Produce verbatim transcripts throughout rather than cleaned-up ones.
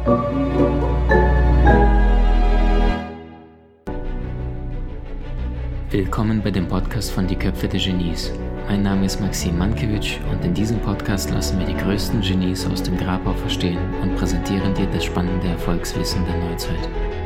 Willkommen bei dem Podcast von Die Köpfe der Genies. Mein Name ist Maxim Mankewitsch und in diesem Podcast lassen wir die größten Genies aus dem Grabau verstehen und präsentieren dir das spannende Erfolgswissen der Neuzeit.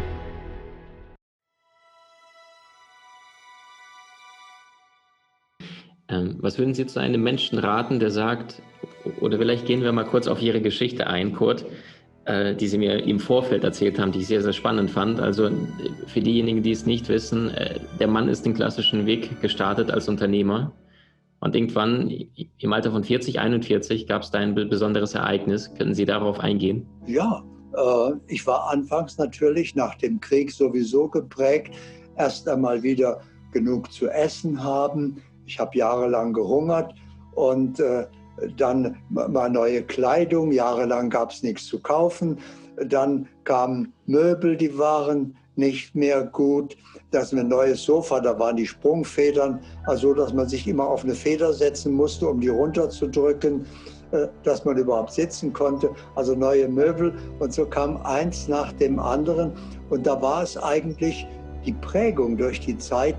Ähm, was würden Sie zu einem Menschen raten, der sagt, oder vielleicht gehen wir mal kurz auf Ihre Geschichte ein, Kurt, äh, die Sie mir im Vorfeld erzählt haben, die ich sehr, sehr spannend fand. Also für diejenigen, die es nicht wissen, äh, der Mann ist den klassischen Weg gestartet als Unternehmer. Und irgendwann im Alter von vierzig, einundvierzig gab es da ein besonderes Ereignis. Können Sie darauf eingehen? Ja, äh, ich war anfangs natürlich nach dem Krieg sowieso geprägt, erst einmal wieder genug zu essen haben. Ich habe jahrelang gehungert und äh, dann mal neue Kleidung. Jahrelang gab es nichts zu kaufen. Dann kamen Möbel, die waren nicht mehr gut. Das ist ein neues Sofa, da waren die Sprungfedern, also dass man sich immer auf eine Feder setzen musste, um die runterzudrücken, äh, dass man überhaupt sitzen konnte. Also neue Möbel und so kam eins nach dem anderen. Und da war es eigentlich die Prägung durch die Zeit,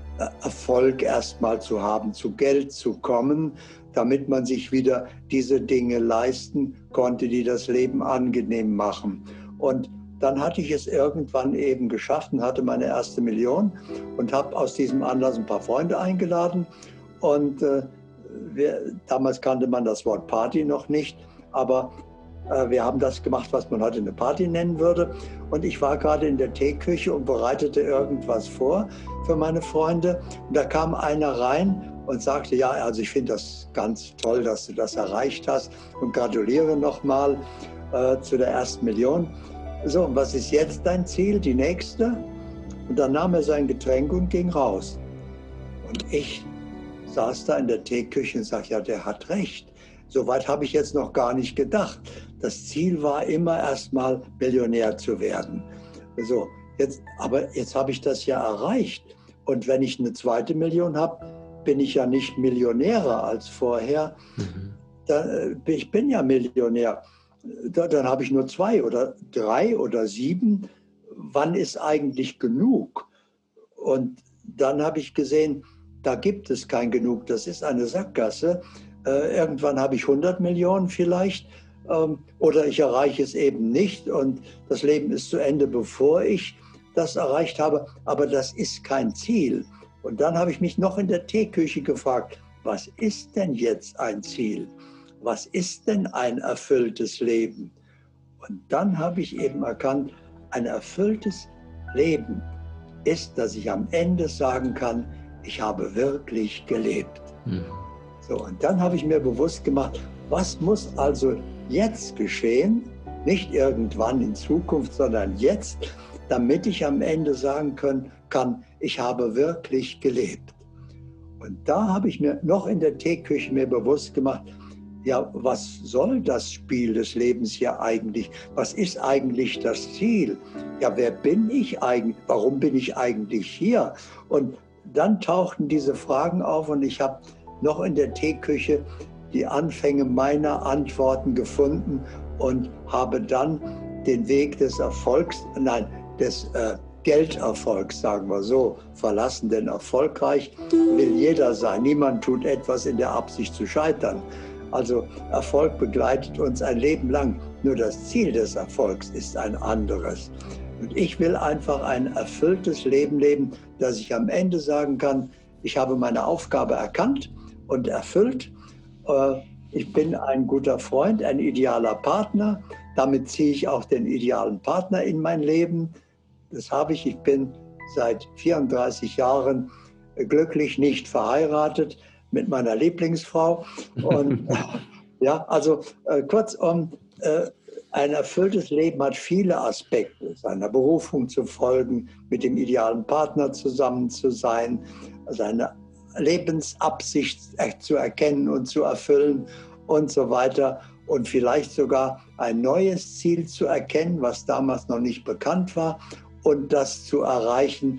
Erfolg erstmal zu haben, zu Geld zu kommen, damit man sich wieder diese Dinge leisten konnte, die das Leben angenehm machen. Und dann hatte ich es irgendwann eben geschafft und hatte meine erste Million und habe aus diesem Anlass ein paar Freunde eingeladen. Und äh, wir, damals kannte man das Wort Party noch nicht, aber äh, wir haben das gemacht, was man heute eine Party nennen würde. Und ich war gerade in der Teeküche und bereitete irgendwas vor für meine Freunde. Und da kam einer rein und sagte, ja, also ich finde das ganz toll, dass du das erreicht hast und gratuliere nochmal äh, zu der ersten Million. So, und was ist jetzt dein Ziel, die nächste? Und dann nahm er sein Getränk und ging raus. Und ich saß da in der Teeküche und sagte, ja, der hat recht. Soweit habe ich jetzt noch gar nicht gedacht. Das Ziel war immer erstmal Millionär zu werden. So, jetzt, aber jetzt habe ich das ja erreicht. Und wenn ich eine zweite Million habe, bin ich ja nicht Millionärer als vorher. Mhm. Dann, ich bin ja Millionär. Da, dann habe ich nur zwei oder drei oder sieben. Wann ist eigentlich genug? Und dann habe ich gesehen, da gibt es kein Genug. Das ist eine Sackgasse. Äh, irgendwann habe ich hundert Millionen vielleicht. Ähm, oder ich erreiche es eben nicht. Und das Leben ist zu Ende, bevor ich das erreicht habe. Aber das ist kein Ziel. Und dann habe ich mich noch in der Teeküche gefragt, was ist denn jetzt ein Ziel? Was ist denn ein erfülltes Leben? Und dann habe ich eben erkannt, ein erfülltes Leben ist, dass ich am Ende sagen kann, ich habe wirklich gelebt. Mhm. So, und dann habe ich mir bewusst gemacht, was muss also jetzt geschehen, nicht irgendwann in Zukunft, sondern jetzt, damit ich am Ende sagen können, kann, ich habe wirklich gelebt. Und da habe ich mir noch in der Teeküche mir bewusst gemacht, ja, was soll das Spiel des Lebens hier eigentlich? Was ist eigentlich das Ziel? Ja, wer bin ich eigentlich? Warum bin ich eigentlich hier? Und dann tauchten diese Fragen auf und ich habe noch in der Teeküche die Anfänge meiner Antworten gefunden und habe dann den Weg des Erfolgs, nein, des äh, Gelderfolgs, sagen wir so, verlassen. Denn erfolgreich will jeder sein. Niemand tut etwas in der Absicht zu scheitern. Also Erfolg begleitet uns ein Leben lang. Nur das Ziel des Erfolgs ist ein anderes. Und ich will einfach ein erfülltes Leben leben, dass ich am Ende sagen kann, ich habe meine Aufgabe erkannt und erfüllt. Ich bin ein guter Freund, ein idealer Partner. Damit ziehe ich auch den idealen Partner in mein Leben. Das habe ich. Ich bin seit vierunddreißig Jahren glücklich nicht verheiratet mit meiner Lieblingsfrau. Und ja, also äh, kurzum, äh, ein erfülltes Leben hat viele Aspekte, seiner Berufung zu folgen, mit dem idealen Partner zusammen zu sein, seine Lebensabsicht zu erkennen und zu erfüllen und so weiter. Und vielleicht sogar ein neues Ziel zu erkennen, was damals noch nicht bekannt war, und das zu erreichen.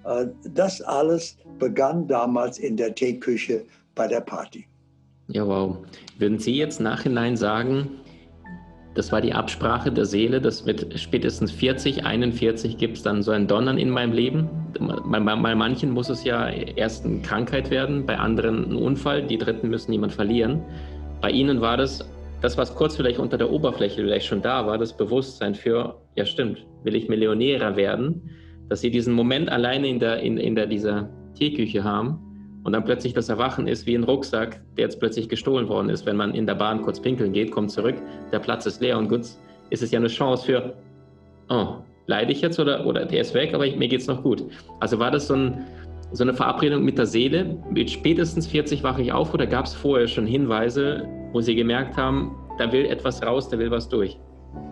Das alles begann damals in der Teeküche bei der Party. Ja, wow. Würden Sie jetzt nachhinein sagen, das war die Absprache der Seele, dass mit spätestens vierzig, einundvierzig gibt es dann so ein Donnern in meinem Leben. Bei, bei, bei manchen muss es ja erst eine Krankheit werden, bei anderen ein Unfall, die Dritten müssen jemand verlieren. Bei Ihnen war das, das, was kurz vielleicht unter der Oberfläche vielleicht schon da war, das Bewusstsein für, ja stimmt, will ich Millionärer werden, dass Sie diesen Moment alleine in, der, in, in der, dieser Teeküche haben und dann plötzlich das Erwachen ist wie ein Rucksack, der jetzt plötzlich gestohlen worden ist. Wenn man in der Bahn kurz pinkeln geht, kommt zurück, der Platz ist leer und gut, ist es ja eine Chance für, oh, leide ich jetzt oder, oder der ist weg, aber ich, mir geht es noch gut. Also war das so, ein, so eine Verabredung mit der Seele, mit spätestens vierzig wache ich auf oder gab es vorher schon Hinweise, wo Sie gemerkt haben, da will etwas raus, da will was durch?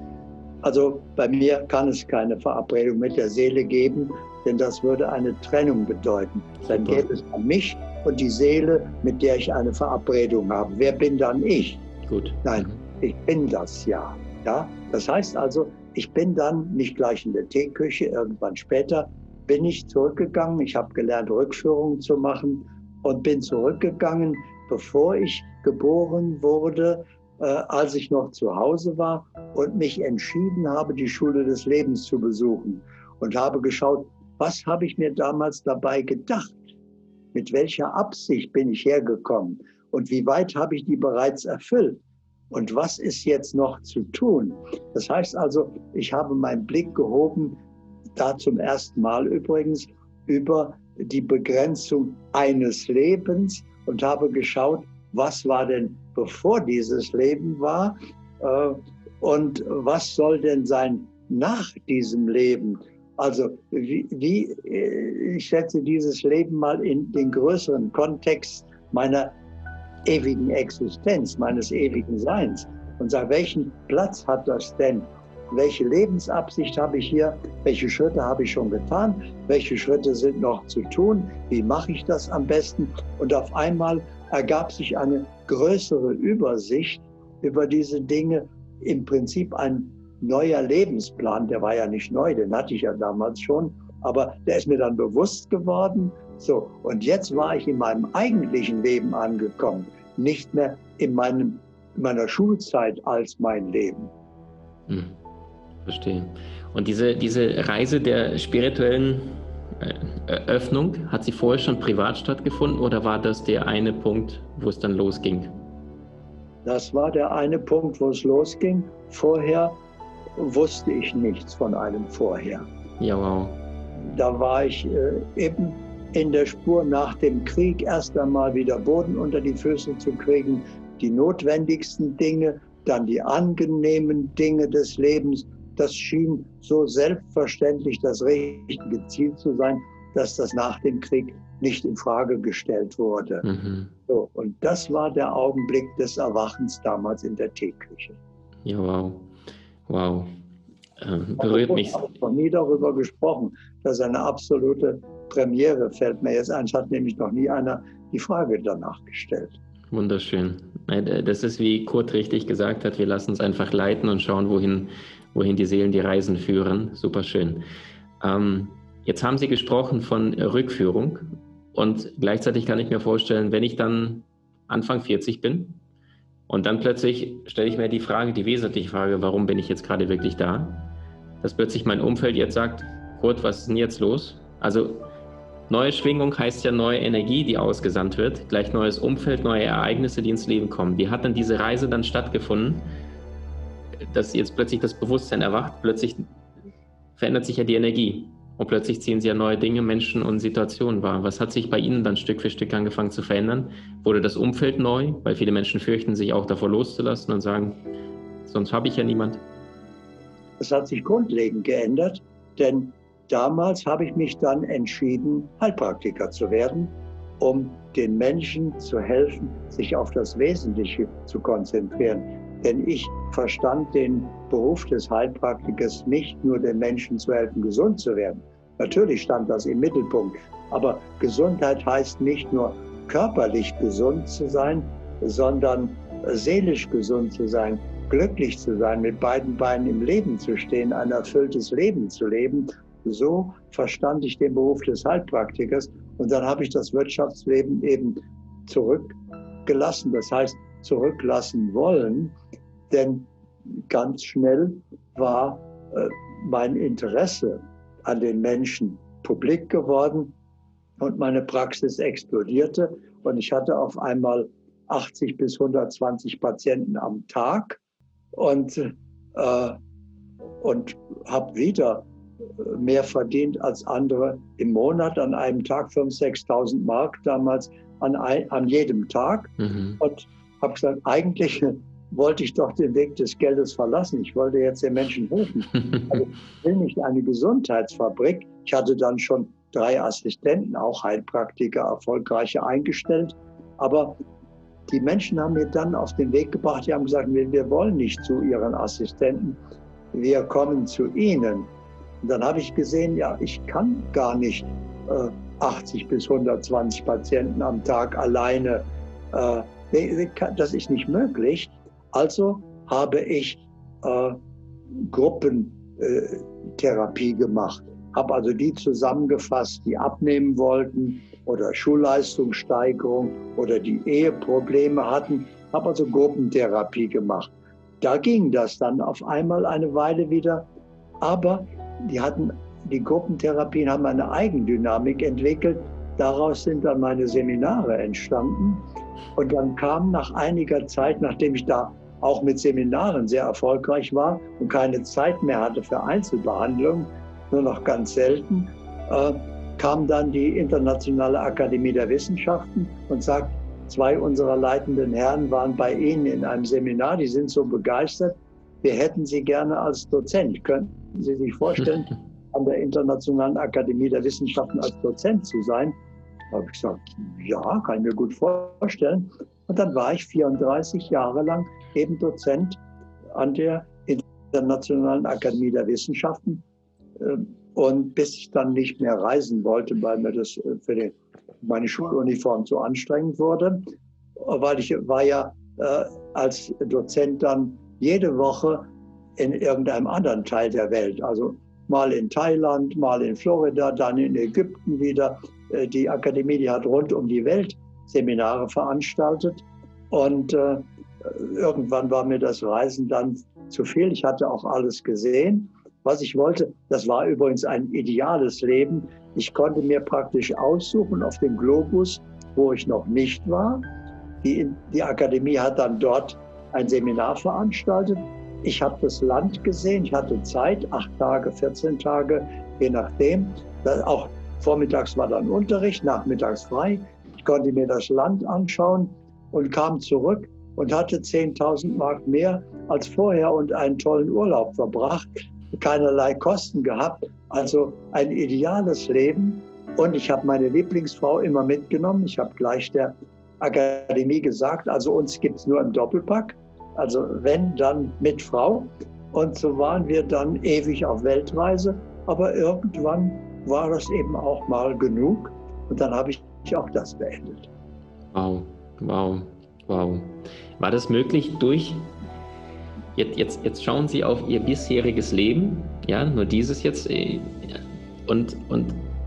Also bei mir kann es keine Verabredung mit der Seele geben, denn das würde eine Trennung bedeuten. Dann Super. Gäbe es mich und die Seele, mit der ich eine Verabredung habe. Wer bin dann ich? Gut. Nein, ich bin das ja. Ja? Das heißt also, ich bin dann nicht gleich in der Teeküche, irgendwann später bin ich zurückgegangen. Ich habe gelernt, Rückführungen zu machen und bin zurückgegangen, bevor ich geboren wurde, äh, als ich noch zu Hause war und mich entschieden habe, die Schule des Lebens zu besuchen und habe geschaut, was habe ich mir damals dabei gedacht? Mit welcher Absicht bin ich hergekommen? Und wie weit habe ich die bereits erfüllt? Und was ist jetzt noch zu tun? Das heißt also, ich habe meinen Blick gehoben, da zum ersten Mal übrigens, über die Begrenzung eines Lebens und habe geschaut, was war denn bevor dieses Leben war äh, und was soll denn sein nach diesem Leben? Also wie, wie, ich setze dieses Leben mal in den größeren Kontext meiner ewigen Existenz, meines ewigen Seins und sage, welchen Platz hat das denn? Welche Lebensabsicht habe ich hier? Welche Schritte habe ich schon getan? Welche Schritte sind noch zu tun? Wie mache ich das am besten? Und auf einmal ergab sich eine größere Übersicht über diese Dinge, im Prinzip ein neuer Lebensplan, der war ja nicht neu, den hatte ich ja damals schon, aber der ist mir dann bewusst geworden. So, und jetzt war ich in meinem eigentlichen Leben angekommen, nicht mehr in, meinem, in meiner Schulzeit als mein Leben. Hm, verstehe. Und diese, diese Reise der spirituellen Öffnung, hat sie vorher schon privat stattgefunden oder war das der eine Punkt, wo es dann losging? Das war der eine Punkt, wo es losging. Vorher wusste ich nichts von einem Vorher. Ja, wow. Da war ich äh, eben in der Spur nach dem Krieg, erst einmal wieder Boden unter die Füße zu kriegen, die notwendigsten Dinge, dann die angenehmen Dinge des Lebens. Das schien so selbstverständlich das richtige Ziel zu sein, dass das nach dem Krieg nicht in Frage gestellt wurde. Mhm. So, und das war der Augenblick des Erwachens damals in der Teeküche. Ja, wow. Wow. Ähm, berührt mich. Ich habe noch nie darüber gesprochen. Das ist eine absolute Premiere, fällt mir jetzt ein. Es hat nämlich noch nie einer die Frage danach gestellt. Wunderschön. Das ist, wie Kurt richtig gesagt hat, wir lassen uns einfach leiten und schauen, wohin, wohin die Seelen die Reisen führen. Super schön. Ähm, jetzt haben Sie gesprochen von Rückführung und gleichzeitig kann ich mir vorstellen, wenn ich dann Anfang vierzig bin und dann plötzlich stelle ich mir die Frage, die wesentliche Frage, warum bin ich jetzt gerade wirklich da? Dass plötzlich mein Umfeld jetzt sagt, Kurt, was ist denn jetzt los? Also neue Schwingung heißt ja neue Energie, die ausgesandt wird, gleich neues Umfeld, neue Ereignisse, die ins Leben kommen. Wie hat dann diese Reise dann stattgefunden, dass jetzt plötzlich das Bewusstsein erwacht, plötzlich verändert sich ja die Energie und plötzlich ziehen Sie ja neue Dinge, Menschen und Situationen wahr. Was hat sich bei Ihnen dann Stück für Stück angefangen zu verändern? Wurde das Umfeld neu? Weil viele Menschen fürchten sich auch davor loszulassen und sagen, sonst habe ich ja niemand. Es hat sich grundlegend geändert, denn damals habe ich mich dann entschieden, Heilpraktiker zu werden, um den Menschen zu helfen, sich auf das Wesentliche zu konzentrieren. Denn ich verstand den Beruf des Heilpraktikers nicht nur, den Menschen zu helfen, gesund zu werden. Natürlich stand das im Mittelpunkt. Aber Gesundheit heißt nicht nur körperlich gesund zu sein, sondern seelisch gesund zu sein, glücklich zu sein, mit beiden Beinen im Leben zu stehen, ein erfülltes Leben zu leben. So verstand ich den Beruf des Heilpraktikers. Und dann habe ich das Wirtschaftsleben eben zurückgelassen, das heißt zurücklassen wollen. Denn ganz schnell war äh, mein Interesse an den Menschen publik geworden und meine Praxis explodierte. Und ich hatte auf einmal achtzig bis hundertzwanzig Patienten am Tag und, äh, und habe wieder mehr verdient als andere im Monat, an einem Tag fünftausend, sechstausend Mark damals, an, ein, an jedem Tag. Mhm. Und habe gesagt, eigentlich wollte ich doch den Weg des Geldes verlassen. Ich wollte jetzt den Menschen helfen. Also ich will nicht eine Gesundheitsfabrik. Ich hatte dann schon drei Assistenten, auch Heilpraktiker, erfolgreiche eingestellt. Aber die Menschen haben mir dann auf den Weg gebracht, die haben gesagt, wir, wir wollen nicht zu ihren Assistenten, wir kommen zu ihnen. Und dann habe ich gesehen, ja, ich kann gar nicht äh, achtzig bis hundertzwanzig Patienten am Tag alleine. Äh, das ist nicht möglich. Also habe ich äh, Gruppentherapie gemacht. Habe also die zusammengefasst, die abnehmen wollten oder Schulleistungssteigerung oder die Eheprobleme hatten. Habe also Gruppentherapie gemacht. Da ging das dann auf einmal eine Weile wieder. Aber die hatten, die Gruppentherapien haben eine Eigendynamik entwickelt. Daraus sind dann meine Seminare entstanden. Und dann kam nach einiger Zeit, nachdem ich da auch mit Seminaren sehr erfolgreich war und keine Zeit mehr hatte für Einzelbehandlung, nur noch ganz selten, äh, kam dann die Internationale Akademie der Wissenschaften und sagt, zwei unserer leitenden Herren waren bei Ihnen in einem Seminar, die sind so begeistert, wir hätten Sie gerne als Dozent. Könnten Sie sich vorstellen, an der Internationalen Akademie der Wissenschaften als Dozent zu sein? Da habe ich gesagt, ja, kann ich mir gut vorstellen. Und dann war ich vierunddreißig Jahre lang eben Dozent an der Internationalen Akademie der Wissenschaften. Und bis ich dann nicht mehr reisen wollte, weil mir das für die, meine Schuluniform zu anstrengend wurde, weil ich war ja äh, als Dozent dann jede Woche in irgendeinem anderen Teil der Welt, also mal in Thailand, mal in Florida, dann in Ägypten wieder. Die Akademie, die hat rund um die Welt Seminare veranstaltet und äh, irgendwann war mir das Reisen dann zu viel. Ich hatte auch alles gesehen, was ich wollte. Das war übrigens ein ideales Leben. Ich konnte mir praktisch aussuchen auf dem Globus, wo ich noch nicht war. Die, die Akademie hat dann dort ein Seminar veranstaltet. Ich habe das Land gesehen, ich hatte Zeit, acht Tage, vierzehn Tage, je nachdem. Das auch vormittags war dann Unterricht, nachmittags frei. Ich konnte mir das Land anschauen und kam zurück und hatte zehntausend Mark mehr als vorher und einen tollen Urlaub verbracht, keinerlei Kosten gehabt. Also ein ideales Leben. Und ich habe meine Lieblingsfrau immer mitgenommen. Ich habe gleich der Akademie gesagt, also uns gibt es nur im Doppelpack. Also wenn, dann mit Frau. Und so waren wir dann ewig auf Weltreise. Aber irgendwann war das eben auch mal genug. Und dann habe ich auch das beendet. Wow, wow, wow. War das möglich durch, jetzt, jetzt, jetzt schauen Sie auf Ihr bisheriges Leben, ja, nur dieses jetzt, und, und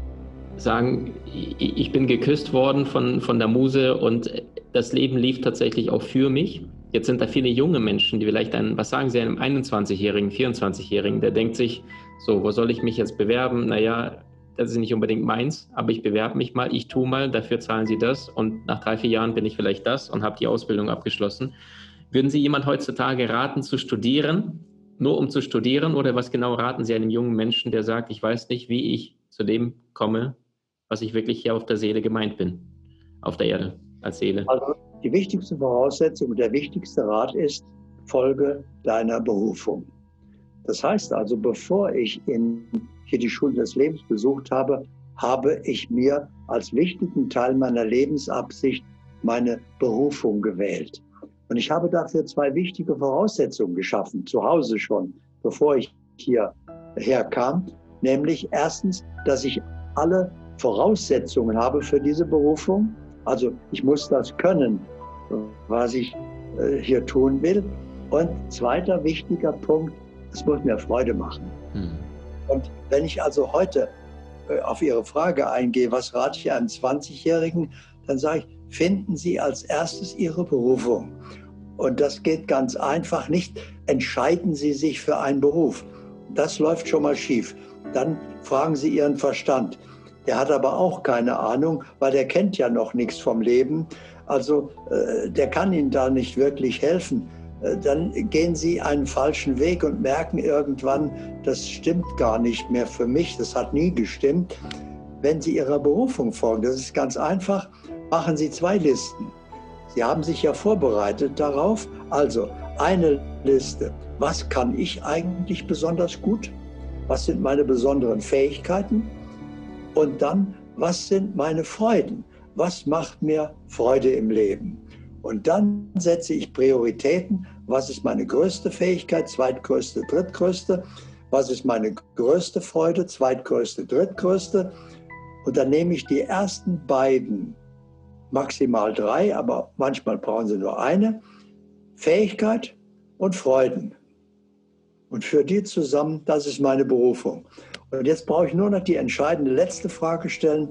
sagen, ich bin geküsst worden von, von der Muse und das Leben lief tatsächlich auch für mich. Jetzt sind da viele junge Menschen, die vielleicht einen, was sagen Sie einem einundzwanzigjährigen, vierundzwanzigjährigen, der denkt sich, so, wo soll ich mich jetzt bewerben? Naja, das ist nicht unbedingt meins, aber ich bewerbe mich mal, ich tue mal, dafür zahlen Sie das und nach drei, vier Jahren bin ich vielleicht das und habe die Ausbildung abgeschlossen. Würden Sie jemand heutzutage raten, zu studieren, nur um zu studieren, oder was genau raten Sie einem jungen Menschen, der sagt, ich weiß nicht, wie ich zu dem komme, was ich wirklich hier auf der Seele gemeint bin, auf der Erde als Seele? Also die wichtigste Voraussetzung, der wichtigste Rat ist, folge deiner Berufung. Das heißt also, bevor ich in, hier die Schule des Lebens besucht habe, habe ich mir als wichtigen Teil meiner Lebensabsicht meine Berufung gewählt. Und ich habe dafür zwei wichtige Voraussetzungen geschaffen, zu Hause schon, bevor ich hierher kam. Nämlich erstens, dass ich alle Voraussetzungen habe für diese Berufung. Also ich muss das können, was ich äh, hier tun will. Und zweiter wichtiger Punkt, es muss mir Freude machen. Mhm. Und wenn ich also heute äh, auf Ihre Frage eingehe, was rate ich einem zwanzigjährigen, dann sage ich, finden Sie als erstes Ihre Berufung. Und das geht ganz einfach nicht. Entscheiden Sie sich für einen Beruf. Das läuft schon mal schief. Dann fragen Sie Ihren Verstand. Der hat aber auch keine Ahnung, weil der kennt ja noch nichts vom Leben. Also äh, der kann Ihnen da nicht wirklich helfen. Äh, dann gehen Sie einen falschen Weg und merken irgendwann, das stimmt gar nicht mehr für mich, das hat nie gestimmt. Wenn Sie Ihrer Berufung folgen, das ist ganz einfach, machen Sie zwei Listen. Sie haben sich ja vorbereitet darauf. Also eine Liste, was kann ich eigentlich besonders gut? Was sind meine besonderen Fähigkeiten? Und dann, was sind meine Freuden? Was macht mir Freude im Leben? Und dann setze ich Prioritäten. Was ist meine größte Fähigkeit, zweitgrößte, drittgrößte? Was ist meine größte Freude, zweitgrößte, drittgrößte? Und dann nehme ich die ersten beiden, maximal drei, aber manchmal brauchen Sie nur eine, Fähigkeit und Freuden. Und für die zusammen, das ist meine Berufung. Und jetzt brauche ich nur noch die entscheidende letzte Frage stellen.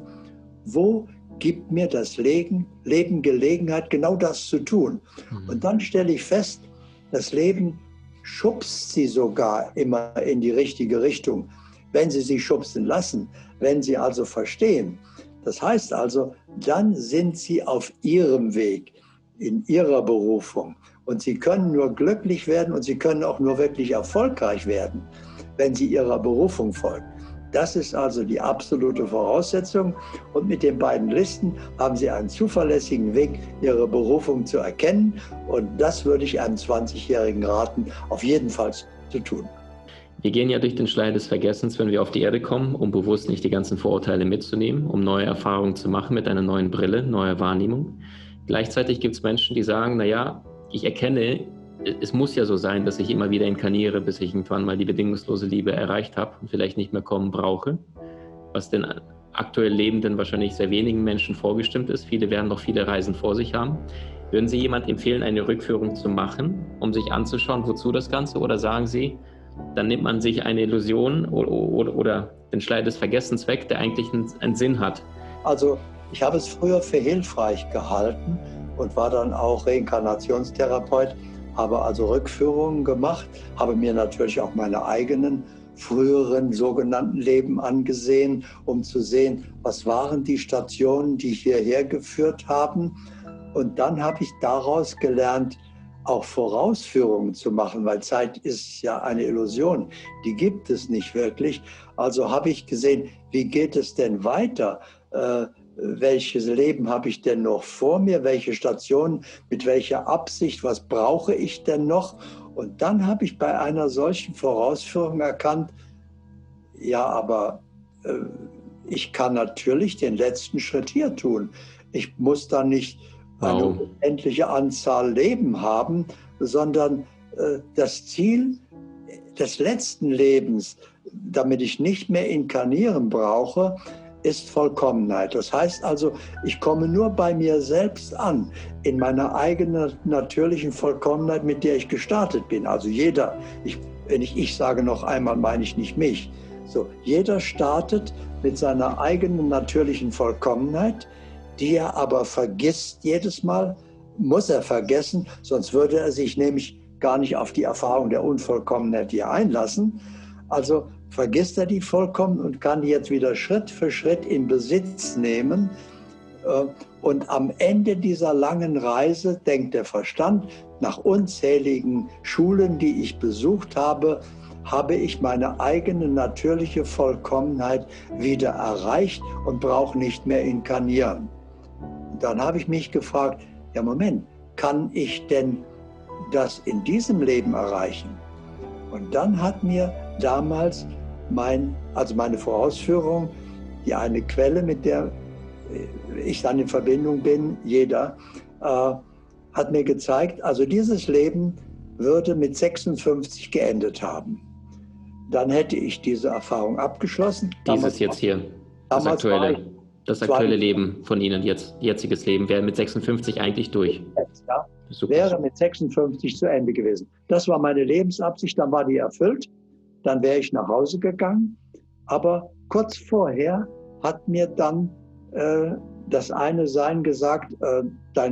Wo gibt mir das Leben, Leben Gelegenheit, genau das zu tun? Mhm. Und dann stelle ich fest, das Leben schubst Sie sogar immer in die richtige Richtung, wenn Sie sich schubsen lassen, wenn Sie also verstehen. Das heißt also, dann sind Sie auf Ihrem Weg, in Ihrer Berufung. Und Sie können nur glücklich werden und Sie können auch nur wirklich erfolgreich werden, wenn Sie Ihrer Berufung folgen. Das ist also die absolute Voraussetzung. Und mit den beiden Listen haben Sie einen zuverlässigen Weg, Ihre Berufung zu erkennen. Und das würde ich einem zwanzigjährigen raten, auf jeden Fall zu tun. Wir gehen ja durch den Schleier des Vergessens, wenn wir auf die Erde kommen, um bewusst nicht die ganzen Vorurteile mitzunehmen, um neue Erfahrungen zu machen mit einer neuen Brille, neuer Wahrnehmung. Gleichzeitig gibt es Menschen, die sagen, naja, ich erkenne, es muss ja so sein, dass ich immer wieder inkarniere, bis ich irgendwann mal die bedingungslose Liebe erreicht habe und vielleicht nicht mehr kommen brauche, was den aktuell Lebenden wahrscheinlich sehr wenigen Menschen vorgestimmt ist. Viele werden noch viele Reisen vor sich haben. Würden Sie jemand empfehlen, eine Rückführung zu machen, um sich anzuschauen, wozu das Ganze? Oder sagen Sie, dann nimmt man sich eine Illusion oder, oder, oder den Schleier des Vergessens weg, der eigentlich einen, einen Sinn hat? Also ich habe es früher für hilfreich gehalten und war dann auch Reinkarnationstherapeut, habe also Rückführungen gemacht, habe mir natürlich auch meine eigenen früheren sogenannten Leben angesehen, um zu sehen, was waren die Stationen, die hierher geführt haben. Und dann habe ich daraus gelernt, auch Vorausführungen zu machen, weil Zeit ist ja eine Illusion, die gibt es nicht wirklich. Also habe ich gesehen, wie geht es denn weiter? Äh, welches Leben habe ich denn noch vor mir? Welche Stationen, mit welcher Absicht, was brauche ich denn noch? Und dann habe ich bei einer solchen Vorausführung erkannt, ja, aber äh, ich kann natürlich den letzten Schritt hier tun. Ich muss da nicht eine Wow. unendliche Anzahl Leben haben, sondern äh, das Ziel des letzten Lebens, damit ich nicht mehr inkarnieren brauche, ist Vollkommenheit. Das heißt also, ich komme nur bei mir selbst an, in meiner eigenen natürlichen Vollkommenheit, mit der ich gestartet bin. Also jeder, ich, wenn ich ich sage noch einmal, meine ich nicht mich. So, jeder startet mit seiner eigenen natürlichen Vollkommenheit, die er aber vergisst jedes Mal, muss er vergessen, sonst würde er sich nämlich gar nicht auf die Erfahrung der Unvollkommenheit hier einlassen. Also vergisst er die vollkommen und kann die jetzt wieder Schritt für Schritt in Besitz nehmen. Und am Ende dieser langen Reise denkt der Verstand, nach unzähligen Schulen, die ich besucht habe, habe ich meine eigene natürliche Vollkommenheit wieder erreicht und brauche nicht mehr inkarnieren. Dann habe ich mich gefragt, ja Moment, kann ich denn das in diesem Leben erreichen? Und dann hat mir damals mein, also meine Vorausführung, die eine Quelle, mit der ich dann in Verbindung bin, jeder, äh, hat mir gezeigt, also dieses Leben würde mit sechsundfünfzig geendet haben. Dann hätte ich diese Erfahrung abgeschlossen. Dieses damals, jetzt hier, das aktuelle, das aktuelle Leben von Ihnen, jetzt, jetziges Leben, wäre mit sechsundfünfzig eigentlich durch. Ja, wäre mit sechsundfünfzig zu Ende gewesen. Das war meine Lebensabsicht, dann war die erfüllt. Dann wäre ich nach Hause gegangen. Aber kurz vorher hat mir dann äh, das eine Sein gesagt, äh, dein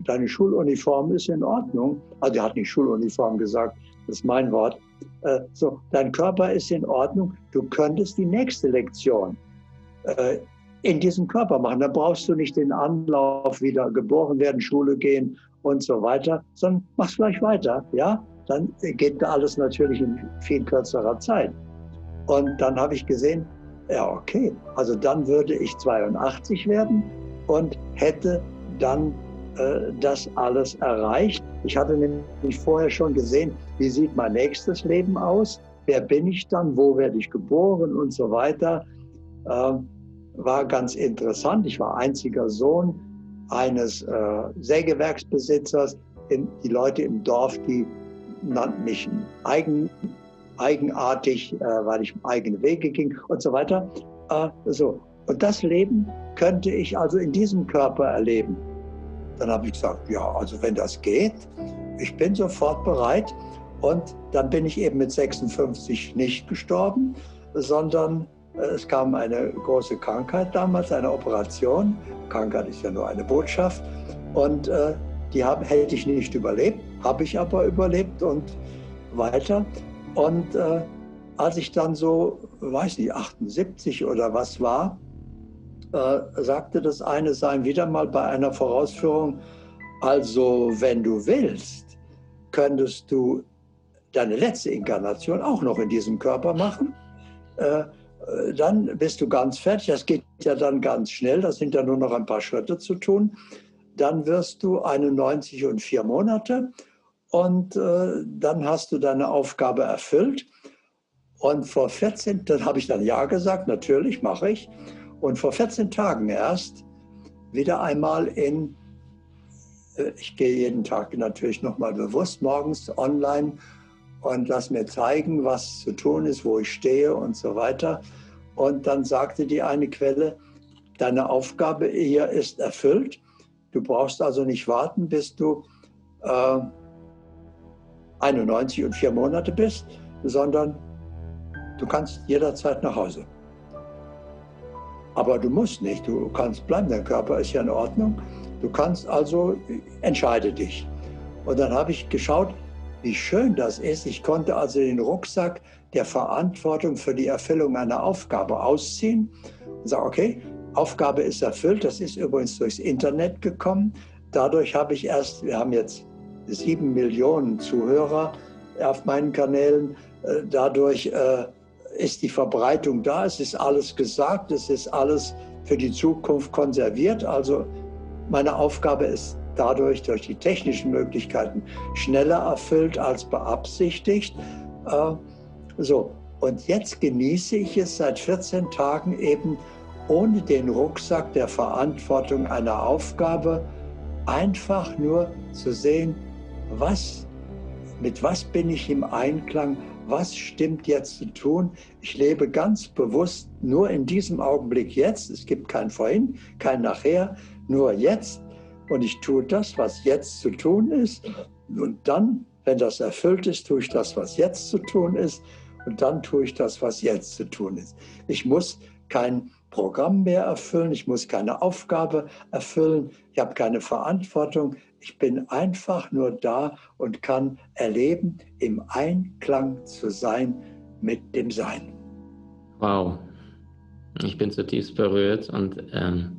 deine Schuluniform ist in Ordnung. Also er hat nicht Schuluniform gesagt, das ist mein Wort. Äh, so, dein Körper ist in Ordnung, du könntest die nächste Lektion äh, in diesem Körper machen. Da brauchst du nicht den Anlauf, wieder geboren werden, Schule gehen und so weiter, sondern mach's gleich weiter, ja? Dann geht alles natürlich in viel kürzerer Zeit. Und dann habe ich gesehen, ja okay, also dann würde ich zweiundachtzig werden und hätte dann äh, das alles erreicht. Ich hatte nämlich vorher schon gesehen, wie sieht mein nächstes Leben aus, wer bin ich dann, wo werde ich geboren und so weiter. Äh, war ganz interessant. Ich war einziger Sohn eines äh, Sägewerksbesitzers. In, die Leute im Dorf, die nannten mich eigen, eigenartig, äh, weil ich eigene Wege ging und so weiter. Äh, so. Und das Leben könnte ich also in diesem Körper erleben. Dann habe ich gesagt, ja, also wenn das geht, ich bin sofort bereit. Und dann bin ich eben mit sechsundfünfzig nicht gestorben, sondern es kam eine große Krankheit damals, eine Operation. Krankheit ist ja nur eine Botschaft. Und äh, die hab, hätte ich nicht überlebt, habe ich aber überlebt und weiter. Und äh, als ich dann so, weiß nicht, achtundsiebzig oder was war, äh, sagte das eine Sein wieder mal bei einer Vorausführung, also wenn du willst, könntest du deine letzte Inkarnation auch noch in diesem Körper machen. Äh, Dann bist du ganz fertig. Das geht ja dann ganz schnell. Das sind ja nur noch ein paar Schritte zu tun. Dann wirst du einundneunzig und vier Monate und äh, dann hast du deine Aufgabe erfüllt. Und vor vierzehn, dann habe ich dann Ja gesagt, natürlich, mache ich. Und vor vierzehn Tagen erst wieder einmal in, äh, ich gehe jeden Tag natürlich nochmal bewusst morgens online und lass mir zeigen, was zu tun ist, wo ich stehe und so weiter. Und dann sagte die eine Quelle, deine Aufgabe hier ist erfüllt. Du brauchst also nicht warten, bis du äh, einundneunzig und vier Monate bist, sondern du kannst jederzeit nach Hause. Aber du musst nicht, du kannst bleiben, dein Körper ist ja in Ordnung. Du kannst also, entscheide dich. Und dann habe ich geschaut, wie schön das ist. Ich konnte also den Rucksack der Verantwortung für die Erfüllung einer Aufgabe ausziehen und sagen, okay, Aufgabe ist erfüllt. Das ist übrigens durchs Internet gekommen. Dadurch habe ich erst, wir haben jetzt sieben Millionen Zuhörer auf meinen Kanälen. Dadurch äh, ist die Verbreitung da. Es ist alles gesagt. Es ist alles für die Zukunft konserviert. Also meine Aufgabe ist dadurch, durch die technischen Möglichkeiten, schneller erfüllt als beabsichtigt. Äh, so, und jetzt genieße ich es seit vierzehn Tagen eben ohne den Rucksack der Verantwortung einer Aufgabe, einfach nur zu sehen, was, mit was bin ich im Einklang, was stimmt jetzt zu tun. Ich lebe ganz bewusst nur in diesem Augenblick jetzt. Es gibt kein Vorhin, kein Nachher, nur jetzt. Und ich tue das, was jetzt zu tun ist. Und dann, wenn das erfüllt ist, tue ich das, was jetzt zu tun ist. Und dann tue ich das, was jetzt zu tun ist. Ich muss kein Programm mehr erfüllen. Ich muss keine Aufgabe erfüllen. Ich habe keine Verantwortung. Ich bin einfach nur da und kann erleben, im Einklang zu sein mit dem Sein. Wow. Ich bin zutiefst berührt und ähm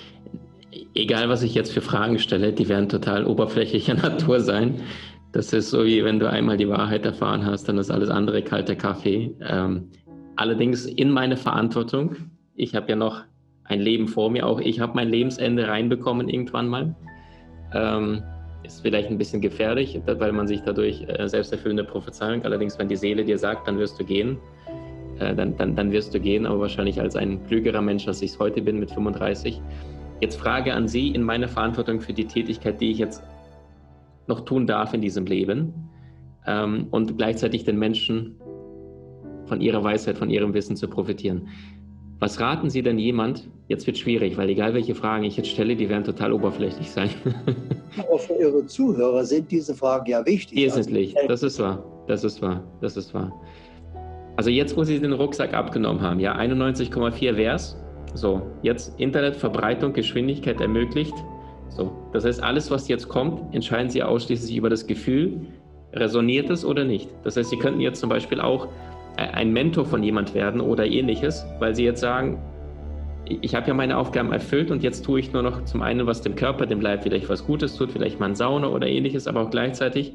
egal, was ich jetzt für Fragen stelle, die werden total oberflächlicher Natur sein. Das ist so, wie wenn du einmal die Wahrheit erfahren hast, dann ist alles andere kalter Kaffee. Ähm, allerdings in meine Verantwortung. Ich habe ja noch ein Leben vor mir. Auch ich habe mein Lebensende reinbekommen irgendwann mal. Ähm, ist vielleicht ein bisschen gefährlich, weil man sich dadurch äh, selbsterfüllende Prophezeiung, allerdings wenn die Seele dir sagt, dann wirst du gehen, äh, dann, dann, dann wirst du gehen, aber wahrscheinlich als ein klügerer Mensch, als ich es heute bin mit fünfunddreißig. Jetzt Frage an Sie in meiner Verantwortung für die Tätigkeit, die ich jetzt noch tun darf in diesem Leben ähm, und gleichzeitig den Menschen von ihrer Weisheit, von ihrem Wissen zu profitieren. Was raten Sie denn jemand, jetzt wird es schwierig, weil egal welche Fragen ich jetzt stelle, die werden total oberflächlich sein. Aber für Ihre Zuhörer sind diese Fragen ja wichtig. Wesentlich, das ist wahr, das ist wahr, das ist wahr. Also jetzt, wo Sie den Rucksack abgenommen haben, ja, einundneunzig Komma vier wäre es. So, jetzt Internetverbreitung, Geschwindigkeit ermöglicht. So, Das heißt, alles, was jetzt kommt, entscheiden Sie ausschließlich über das Gefühl, resoniert es oder nicht. Das heißt, Sie könnten jetzt zum Beispiel auch ein Mentor von jemand werden oder ähnliches, weil Sie jetzt sagen, ich habe ja meine Aufgaben erfüllt und jetzt tue ich nur noch zum einen, was dem Körper, dem Leib vielleicht was Gutes tut, vielleicht mal eine Sauna oder ähnliches, aber auch gleichzeitig,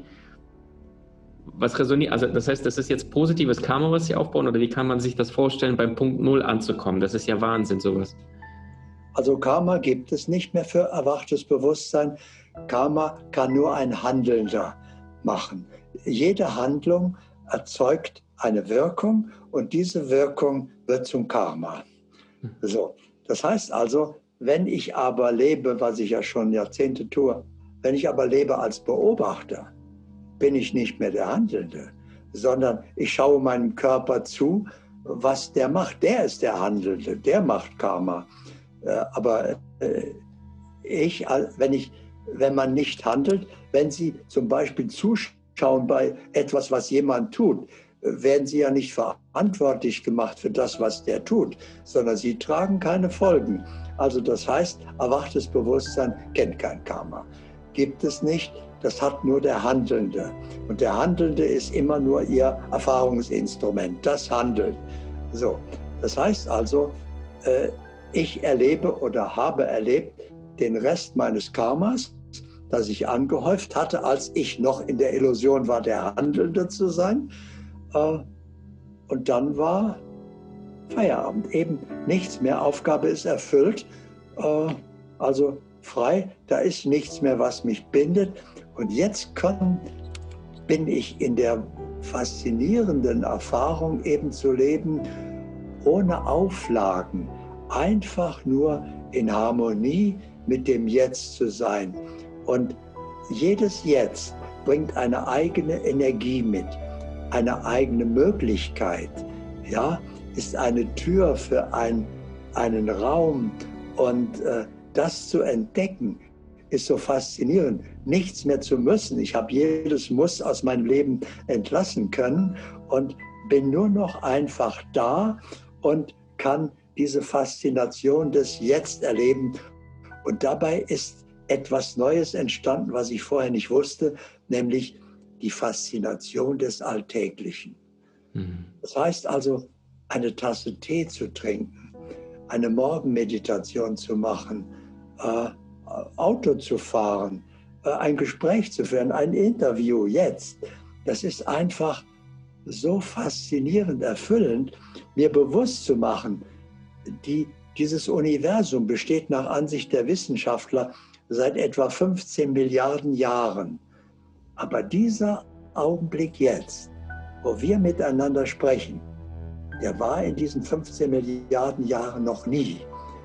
was resoniert, also das heißt, das ist jetzt positives Karma, was Sie aufbauen, oder wie kann man sich das vorstellen, beim Punkt Null anzukommen? Das ist ja Wahnsinn, sowas. Also Karma gibt es nicht mehr für erwachtes Bewusstsein. Karma kann nur ein Handelnder machen. Jede Handlung erzeugt eine Wirkung und diese Wirkung wird zum Karma. So, das heißt also, wenn ich aber lebe, was ich ja schon Jahrzehnte tue, wenn ich aber lebe als Beobachter, bin ich nicht mehr der Handelnde, sondern ich schaue meinem Körper zu, was der macht. Der ist der Handelnde, der macht Karma. Aber ich, wenn ich, wenn man nicht handelt, wenn Sie zum Beispiel zuschauen bei etwas, was jemand tut, werden Sie ja nicht verantwortlich gemacht für das, was der tut, sondern Sie tragen keine Folgen. Also das heißt, erwachtes Bewusstsein kennt kein Karma. Gibt es nicht, das hat nur der Handelnde. Und der Handelnde ist immer nur Ihr Erfahrungsinstrument, das handelt. So, das heißt also, äh, ich erlebe oder habe erlebt den Rest meines Karmas, das ich angehäuft hatte, als ich noch in der Illusion war, der Handelnde zu sein. Und dann war Feierabend, eben nichts mehr, Aufgabe ist erfüllt, also frei, da ist nichts mehr, was mich bindet. Und jetzt kann, bin ich in der faszinierenden Erfahrung, eben zu leben, ohne Auflagen, einfach nur in Harmonie mit dem Jetzt zu sein. Und jedes Jetzt bringt eine eigene Energie mit. Eine eigene Möglichkeit, ja, ist eine Tür für ein, einen Raum. Und äh, das zu entdecken, ist so faszinierend. Nichts mehr zu müssen. Ich habe jedes Muss aus meinem Leben entlassen können und bin nur noch einfach da und kann diese Faszination des Jetzt erleben. Und dabei ist etwas Neues entstanden, was ich vorher nicht wusste, nämlich die Faszination des Alltäglichen. Mhm. Das heißt also, eine Tasse Tee zu trinken, eine Morgenmeditation zu machen, äh, Auto zu fahren, äh, ein Gespräch zu führen, ein Interview jetzt. Das ist einfach so faszinierend, erfüllend, mir bewusst zu machen, die, dieses Universum besteht nach Ansicht der Wissenschaftler seit etwa fünfzehn Milliarden Jahren. Aber dieser Augenblick jetzt, wo wir miteinander sprechen, der war in diesen fünfzehn Milliarden Jahren noch nie.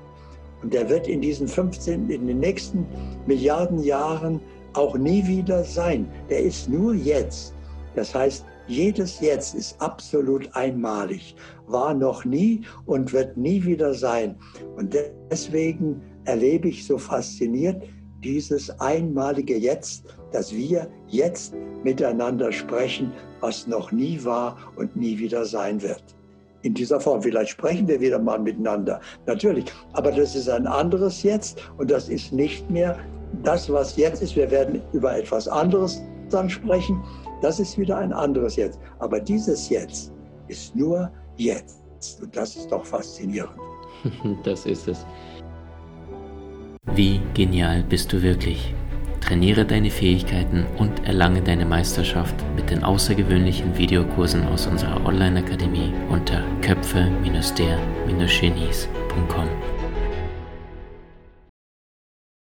Und der wird in diesen fünfzehn, in den nächsten Milliarden Jahren auch nie wieder sein. Der ist nur jetzt. Das heißt, jedes Jetzt ist absolut einmalig, war noch nie und wird nie wieder sein. Und deswegen erlebe ich so fasziniert dieses einmalige Jetzt, dass wir jetzt miteinander sprechen, was noch nie war und nie wieder sein wird. In dieser Form. Vielleicht sprechen wir wieder mal miteinander, natürlich. Aber das ist ein anderes Jetzt und das ist nicht mehr das, was jetzt ist. Wir werden über etwas anderes dann sprechen. Das ist wieder ein anderes Jetzt. Aber dieses Jetzt ist nur jetzt. Und das ist doch faszinierend. Das ist es. Wie genial bist du wirklich? Trainiere deine Fähigkeiten und erlange deine Meisterschaft mit den außergewöhnlichen Videokursen aus unserer Online-Akademie unter köpfe Bindestrich der Bindestrich genies Punkt com.